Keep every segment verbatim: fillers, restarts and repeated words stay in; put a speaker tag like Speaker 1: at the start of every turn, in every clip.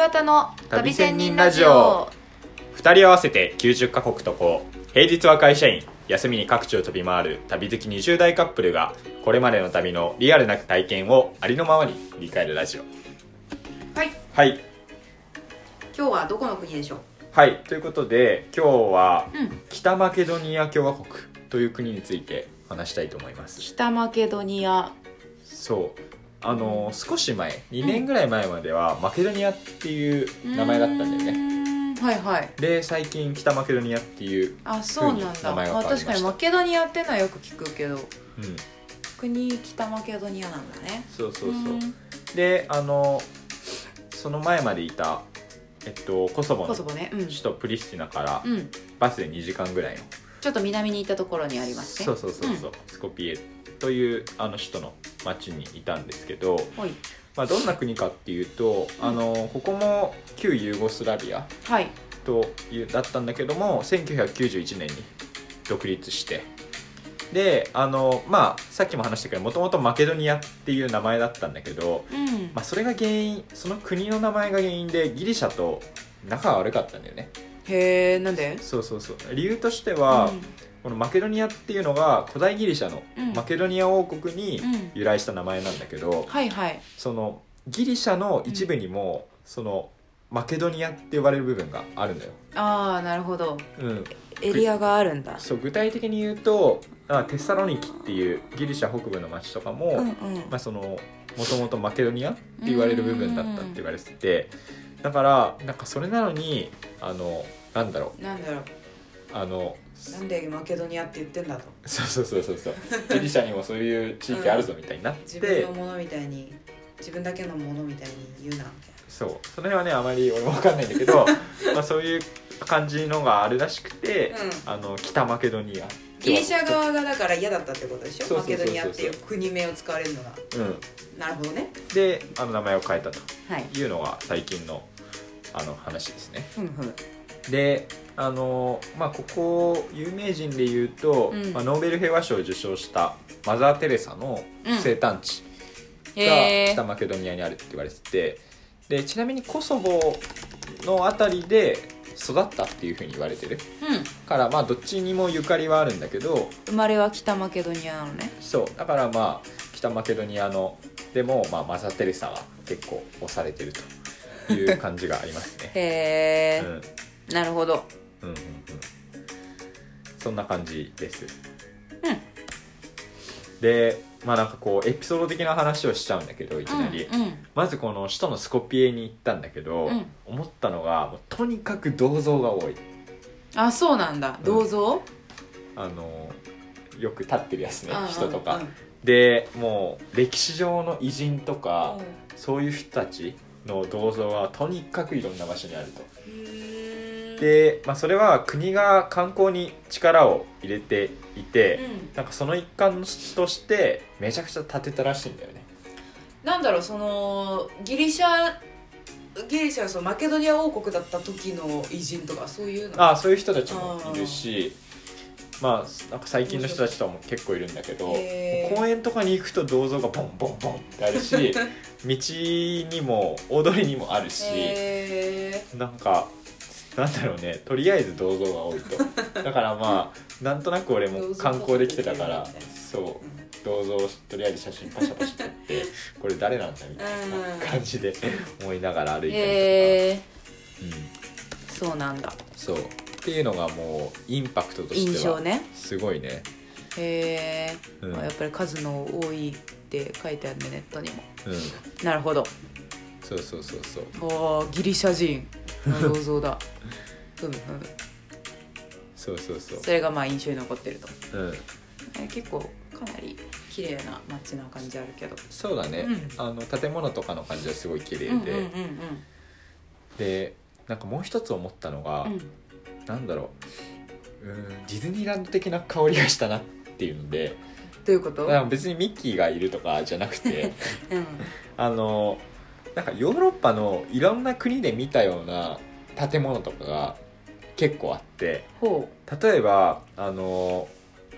Speaker 1: 岩田の
Speaker 2: 旅仙人ラジオ。ふたり合わせてきゅうじゅっカ国渡航。平日は会社員、休みに各地を飛び回る旅好きにじゅう代カップルがこれまでの旅のリアルな体験をありのままに振り返るラジオ。
Speaker 1: はい
Speaker 2: はい
Speaker 1: 今日はどこの国でしょう。
Speaker 2: はいということで今日は
Speaker 1: うん
Speaker 2: 北マケドニア共和国という国について話したいと思います。
Speaker 1: 北マケドニア。
Speaker 2: そうあの少し前にねんぐらい前まではマケドニアっていう名前だったんだよね。
Speaker 1: うーんはいはい
Speaker 2: で最近北マケドニアっていう
Speaker 1: あそうなんだ、
Speaker 2: 名前が変わりました。
Speaker 1: まあ、確かにマケドニアってのはよく聞くけど
Speaker 2: うん
Speaker 1: 国北マケドニアなんだね。
Speaker 2: そうそうそう
Speaker 1: うん
Speaker 2: であのその前までいた、えっと、コソボの
Speaker 1: コソボね、うん
Speaker 2: 首都プリスティナから
Speaker 1: うん、
Speaker 2: バスでにじかんぐらいの、
Speaker 1: ちょっと南に行ったところにありますね。
Speaker 2: そうそうそうそう、スコピエというあの首都の町にいたんですけど、
Speaker 1: はい
Speaker 2: まあ、どんな国かっていうと、あのここも旧ユーゴスラビア
Speaker 1: はい
Speaker 2: というだったんだけどもせんきゅうひゃくきゅうじゅういちねんに独立して、であのまあさっきも話したけどもともとマケドニアっていう名前だったんだけど、
Speaker 1: うん
Speaker 2: まあ、それが原因その国の名前が原因でギリシャと仲が悪かったんだよね。
Speaker 1: へえなんで。
Speaker 2: そうそうそう理由としては、
Speaker 1: うん
Speaker 2: このマケドニアっていうのが古代ギリシャの
Speaker 1: うん
Speaker 2: マケドニア王国に
Speaker 1: うん
Speaker 2: 由来した名前なんだけど、
Speaker 1: はいはい
Speaker 2: そのギリシャの一部にも、そのマケドニアって呼ばれる部分があるんだよ。
Speaker 1: ああなるほど
Speaker 2: うん、
Speaker 1: エリアがあるんだ。
Speaker 2: そう具体的に言うとあテサロニキっていうギリシャ北部の町とかも、
Speaker 1: うんうん
Speaker 2: まあ、そのもともとマケドニアって言われる部分だったって言われてて、だからなんかそれなのにあのなんだろう
Speaker 1: なんだろう
Speaker 2: あの
Speaker 1: なんでマケドニアって言ってんだと。
Speaker 2: そうそうそうそうそうギリシャにもそういう地域あるぞみたいになって、
Speaker 1: 自分のものみたいに自分だけのものみたいに言うなみたい
Speaker 2: そうその辺はねあまり俺も分かんないんだけどまあそういう感じのがあるらしくて、
Speaker 1: な、うん、
Speaker 2: あの北マケドニア
Speaker 1: ギリシャ側がだから嫌だったってことでしょ。
Speaker 2: そうそうそうそう
Speaker 1: マケドニアっていう国名を使われるのが。
Speaker 2: うん
Speaker 1: なるほどね。
Speaker 2: であの名前を変えたと
Speaker 1: はい
Speaker 2: いうのが最近のあの話ですね。
Speaker 1: ふんふん
Speaker 2: であのまあここ有名人で言うと、
Speaker 1: うん
Speaker 2: まあ、ノーベル平和賞を受賞したマザー・テレサの生誕地が
Speaker 1: へ
Speaker 2: 北マケドニアにあるって言われてて、でちなみにコソボのあたりで育ったっていうふうに言われてる
Speaker 1: うん
Speaker 2: からまあどっちにもゆかりはあるんだけど、
Speaker 1: 生まれは北マケドニアなのね。
Speaker 2: そうだからまあ北マケドニアのでも、まあ、マザー・テレサは結構推されてるという感じがありますね。
Speaker 1: へえ、
Speaker 2: うん
Speaker 1: なるほど。
Speaker 2: うんうんうん、そんな感じです。
Speaker 1: うん
Speaker 2: でまあなんかこうエピソード的な話をしちゃうんだけどいきなり、
Speaker 1: うんうん
Speaker 2: まずこの首都のスコピエに行ったんだけど、
Speaker 1: うん
Speaker 2: 思ったのがもうとにかく銅像が多い。
Speaker 1: あそうなんだ。銅像、
Speaker 2: あのよく立ってるやつね、
Speaker 1: うんうん
Speaker 2: 人とか、
Speaker 1: うん
Speaker 2: でもう歴史上の偉人とか、
Speaker 1: うん
Speaker 2: そういう人たちの銅像はとにかくいろんな場所にあると。
Speaker 1: うーん
Speaker 2: で、まあ、それは国が観光に力を入れていて、
Speaker 1: うん
Speaker 2: なんかその一環としてめちゃくちゃ建てたらしいんだよね。
Speaker 1: なんだろうそのギリシャギリシャがそのマケドニア王国だった時の偉人とかそういうの。
Speaker 2: ああそういう人たちもいるし、まあなんか最近の人たちとかも結構いるんだけど、
Speaker 1: へー
Speaker 2: 公園とかに行くと銅像がボンボンボンってあるし道にも大通りにもあるし、
Speaker 1: へ
Speaker 2: なんかなんだろうねとりあえず銅像が多いと。だからまあなんとなく俺も観光できてたから
Speaker 1: 銅像と
Speaker 2: そう銅像をとりあえず写真パシャパシャ撮ってこれ誰なんだみたいな感じで思いながら歩いたりとか、
Speaker 1: へえ
Speaker 2: うん、
Speaker 1: そうなんだ。
Speaker 2: そうっていうのがもうインパクトとしては
Speaker 1: 印象ね。
Speaker 2: すごいね。
Speaker 1: へえ、
Speaker 2: うん
Speaker 1: まあやっぱり数の多いって書いてあるねネットにも。
Speaker 2: うん
Speaker 1: なるほど。
Speaker 2: そうそうそうそう
Speaker 1: おーギリシャ人の銅像だふむふむ。
Speaker 2: そうそうそう
Speaker 1: それがまあ印象に残ってると。
Speaker 2: うん
Speaker 1: え結構かなり綺麗な街な感じあるけど。
Speaker 2: そうだね、
Speaker 1: うん
Speaker 2: あの建物とかの感じはすごい綺麗で、
Speaker 1: うんうんうん
Speaker 2: でなんかもう一つ思ったのが、
Speaker 1: うんうん。
Speaker 2: なんだろううーんディズニーランド的な香りがしたなっていうので、
Speaker 1: どういうこと？
Speaker 2: だから別にミッキーがいるとかじゃなくて
Speaker 1: うん
Speaker 2: あのなんかヨーロッパのいろんな国で見たような建物とかが結構あって、
Speaker 1: ほ
Speaker 2: 例えばあの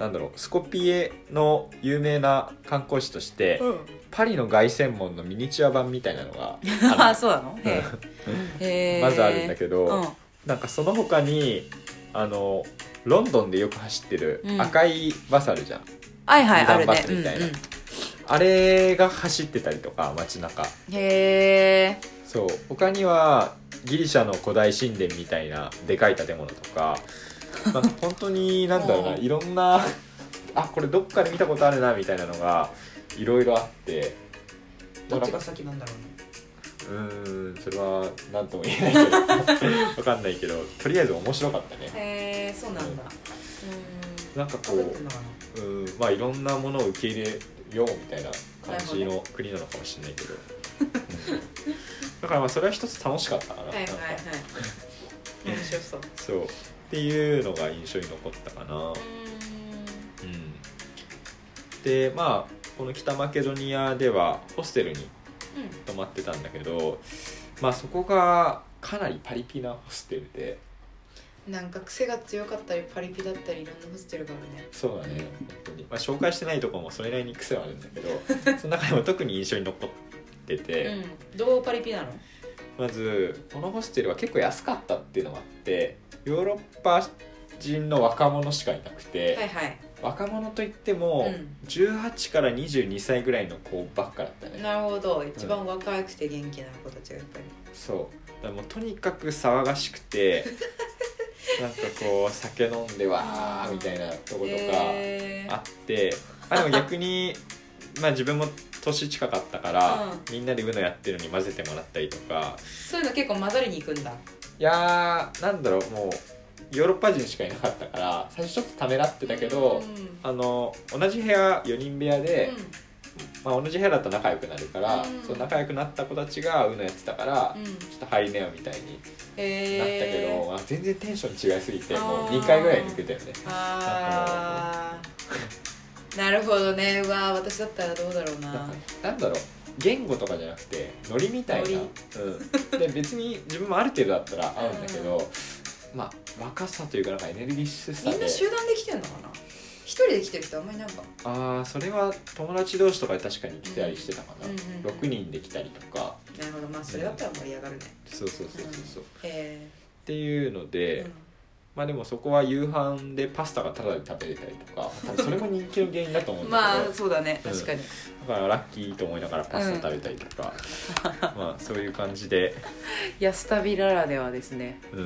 Speaker 2: なんだろうスコピエの有名な観光地として、
Speaker 1: うん、
Speaker 2: パリの凱旋門のミニチュア版みたいなのが
Speaker 1: あそうなのへ
Speaker 2: えまずあるんだけど、
Speaker 1: うん、
Speaker 2: なんかその他にあのロンドンでよく走ってる赤いバスあるじゃん、うん、
Speaker 1: はいはいあるね
Speaker 2: バスみたいな、うんうん、あれが走ってたりとか街中
Speaker 1: へえ
Speaker 2: そう他にはギリシャの古代神殿みたいなでかい建物とかなんか本当になんだろうないろんなあこれどっかで見たことあるなみたいなのがいろいろあって
Speaker 1: どっちが先なんだろうね
Speaker 2: うーんそれは何とも言えないけど分かんないけどとりあえず面白かったね
Speaker 1: へえそうなんだ、
Speaker 2: うん、なんかこううんまあいろんなものを受け入れようみたいな感じの国なのかもしれないけど、うん、だからまあそれは一つ楽しかったかな。はいはいはい
Speaker 1: 面白そう
Speaker 2: そうっていうのが印象に残ったかな。うん、でまあこの北マケドニアではホステルに泊まってたんだけど、うん、まあそこがかなりパリピなホステルで
Speaker 1: なんか癖が強かったりパリピだったりいろんなホステルがあるね。
Speaker 2: そうだね本当に、まあ、紹介してないところもそれなりに癖はあるんだけどその中でも特に印象に残ってて、
Speaker 1: うん、どうパリピなの？
Speaker 2: まずこのホステルは結構安かったっていうのがあってヨーロッパ人の若者しかいなくて、
Speaker 1: はいはい、
Speaker 2: 若者といっても、うん、じゅうはちからにじゅうにさいぐらいの子ばっかだったね。
Speaker 1: なるほど一番若くて元気な子たちがやっぱり、
Speaker 2: うん、そうだからもうとにかく騒がしくてなんかこう酒飲んでわーみたいなとことかあって、えー、あでも逆にまあ自分も年近かったから、うん、みんなでウノやってるのに混ぜてもらったりとか
Speaker 1: そういうの結構混ざりに行くんだ。い
Speaker 2: やーなんだろうもうヨーロッパ人しかいなかったから最初ちょっとためらってたけど、うん、あの同じ部屋よにん部屋で、うんまあ、同じ部屋だったら仲良くなるから、うん、その仲良くなった子たちがウノやってたから、うん、ちょっと入りなよみたいになったけど、まあ、全然テンション違いすぎてもうにかいぐらい抜けたよね。
Speaker 1: あなるほどね。うわ私だったらどうだろうな。
Speaker 2: なんかなんだろう言語とかじゃなくてノリみたいな、うん、で別に自分もある程度だったら合うんだけど、うん、まあ若さというかなんかエネルギッシュさで
Speaker 1: みんな集団で来てんのかな。一人で来てる人あんまりなんか
Speaker 2: ああそれは友達同士とかで確かに来たりしてたかな、うんうんうん、ろくにんで来たりとか。
Speaker 1: なるほどまあそれだったら盛り上がるね、
Speaker 2: うん、そうそうそうそうそう、
Speaker 1: うん、へ
Speaker 2: っていうので、うんまあでもそこは夕飯でパスタがタダで食べれたりとか多分それも人気の原因だと思うんだけど
Speaker 1: まあそうだね確かに、
Speaker 2: うん、だからラッキーと思いながらパスタ食べたりとか、うん、まあそういう感じで
Speaker 1: 安旅ならではですね。
Speaker 2: うん、うん、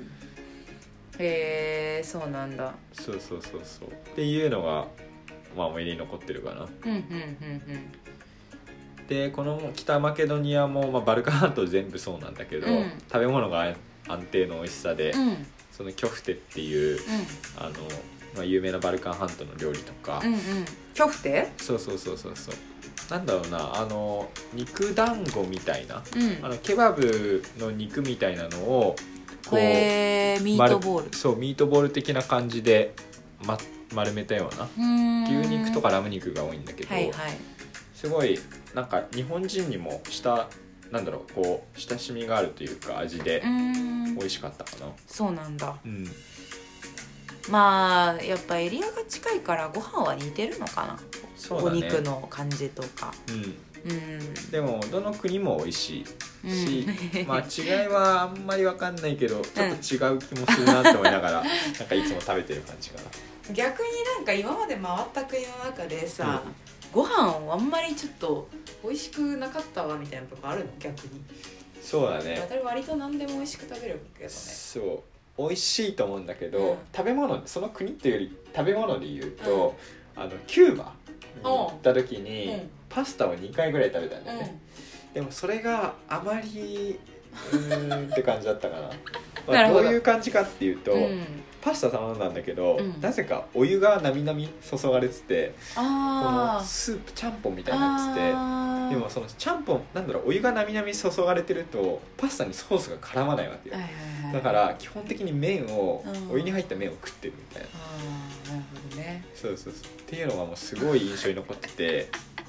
Speaker 1: へえそうなんだ。
Speaker 2: そうそうそうそうっていうのがまあ思い出に残ってるかな。
Speaker 1: うんうんうんうん
Speaker 2: でこの北マケドニアも、まあ、バルカン半島全部そうなんだけど、うん、食べ物が安定の美味しさで、うん、そのキョフテっていう、うん、あのまあ、有名なバルカン半島の料理とか、
Speaker 1: うんうん、キョフテ
Speaker 2: そうそうそうそうそうなんだろうなあの肉団子みたいな、うん、あのケバブの肉みたいなのをこう
Speaker 1: へーミートボール
Speaker 2: そうミートボール的な感じで、ま、丸めたような牛肉とかラム肉が多いんだけど、はいはい、すごいなんか日本人にもしたなんだろうこう親しみがあるというか味で美味しかったかな。
Speaker 1: そうなんだ、
Speaker 2: うん、
Speaker 1: まあやっぱエリアが近いからご飯は似てるのかな。
Speaker 2: そうだね、
Speaker 1: お肉の感じとか、
Speaker 2: うんうん、でもどの国も美味しいし、うん、まあ違いはあんまり分かんないけどちょっと違う気もするなって思いながら、うん、なんかいつも食べてる感じかな。
Speaker 1: 逆になんか今まで回った国の中でさ、うん、ご飯あんまりちょっと美味しくなかったわみたいなとこあるの逆に。
Speaker 2: そうだね
Speaker 1: 私割と何でも美味しく食べるけどね。
Speaker 2: そう美味しいと思うんだけど、うん、食べ物その国っていうより食べ物で言うと、うん、あのキューバに行った時に、うん、パスタをにかいぐらい食べたんだよね、うん、でもそれがあまりうーんって感じだったかな、まあ、どういう感じかっていうと、うん、パスタ頼んだんだけど、うん、なぜかお湯がなみなみ注がれててこのスープちゃんぽんみたいになってて、でもそのちゃんぽんなんだろうお湯がなみなみ注がれてるとパスタにソースが絡まないわけよ、はいはいはい、だから基本的に麺を、うん、お湯に入った麺を食ってるみたいな。
Speaker 1: あなるほどね。
Speaker 2: そうそうそうっていうのがもうすごい印象に残ってて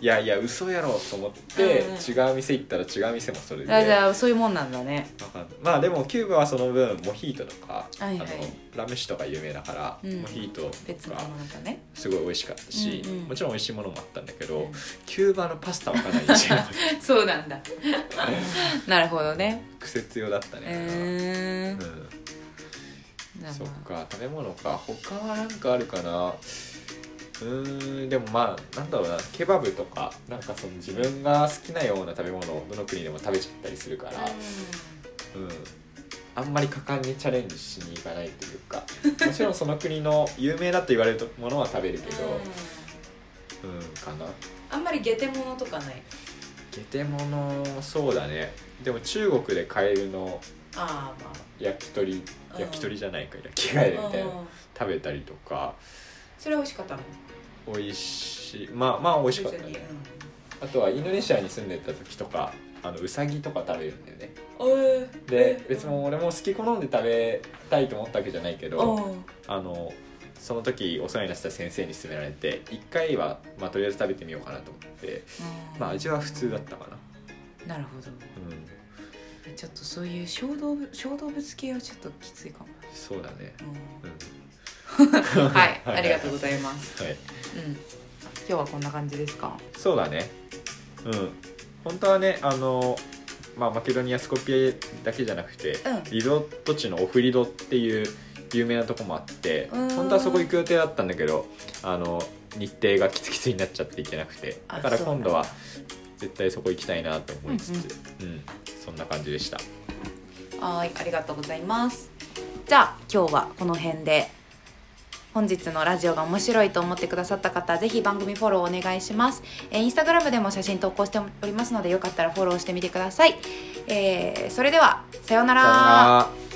Speaker 2: いやいや嘘やろと思って、
Speaker 1: うんうん、
Speaker 2: 違う店行ったら違う店もそれで、
Speaker 1: じゃあそういうもんなんだね。
Speaker 2: まあでもキューバはその分モヒートとか、
Speaker 1: はいはい、
Speaker 2: あのラム酒とか有名だから、うん、モヒートとかすごい美味しかったし、うんうん、もちろん美味しいものもあったんだけど、うん、キューバのパスタはかなり違う
Speaker 1: そうなんだなるほどね、
Speaker 2: 癖強だったね、えーうん、そっか、食べ物か。他はなんかあるかな。うーん、でもまあなんだろうな、ケバブとかなんかその自分が好きなような食べ物をどの国でも食べちゃったりするから、うん、うん、あんまり果敢にチャレンジしに行かないというかもちろんその国の有名だと言われるものは食べるけど、うん、かな。
Speaker 1: あんまりゲテモノとかない？
Speaker 2: ゲテモノ、そうだね。でも中国で買えるの、
Speaker 1: あ、まあ、
Speaker 2: 焼き鳥、焼き鳥じゃないか、焼きガエルみたいな食べたりとか。
Speaker 1: それ美味しかったの？
Speaker 2: 美味しい、まあまあ美味しかったね、うん、あとはインドネシアに住んでた時とか、あのウサギとか食べるんだよね、えー、で、えー、別に俺も好き好んで食べたいと思ったわけじゃないけど、あのその時お世話になってた先生に勧められて一回は、まあ、とりあえず食べてみようかなと思って、まあ味は普通だったかな。
Speaker 1: なるほど、うん、ちょっとそういう小動物、小動物系はちょっときついかも。
Speaker 2: そうだね、うん、うん
Speaker 1: はい、ありがとうございます。はい、うん、今日はこんな感じですか？
Speaker 2: そうだね。うん。本当はね、あのまあマケドニア、スコピエだけじゃなくて、うん、リゾート地のオフリドっていう有名なとこもあって、本当はそこ行く予定だったんだけど、あの日程がきつきつになっちゃって行けなくて、だから今度は絶対そこ行きたいなと思いつつ、うん、うんうん、そんな感じでした。
Speaker 1: はい、ありがとうございます。じゃあ今日はこの辺で。本日のラジオが面白いと思ってくださった方、ぜひ番組フォローお願いします。えー、インスタグラムでも写真投稿しておりますので、よかったらフォローしてみてください。えー、それではさようなら。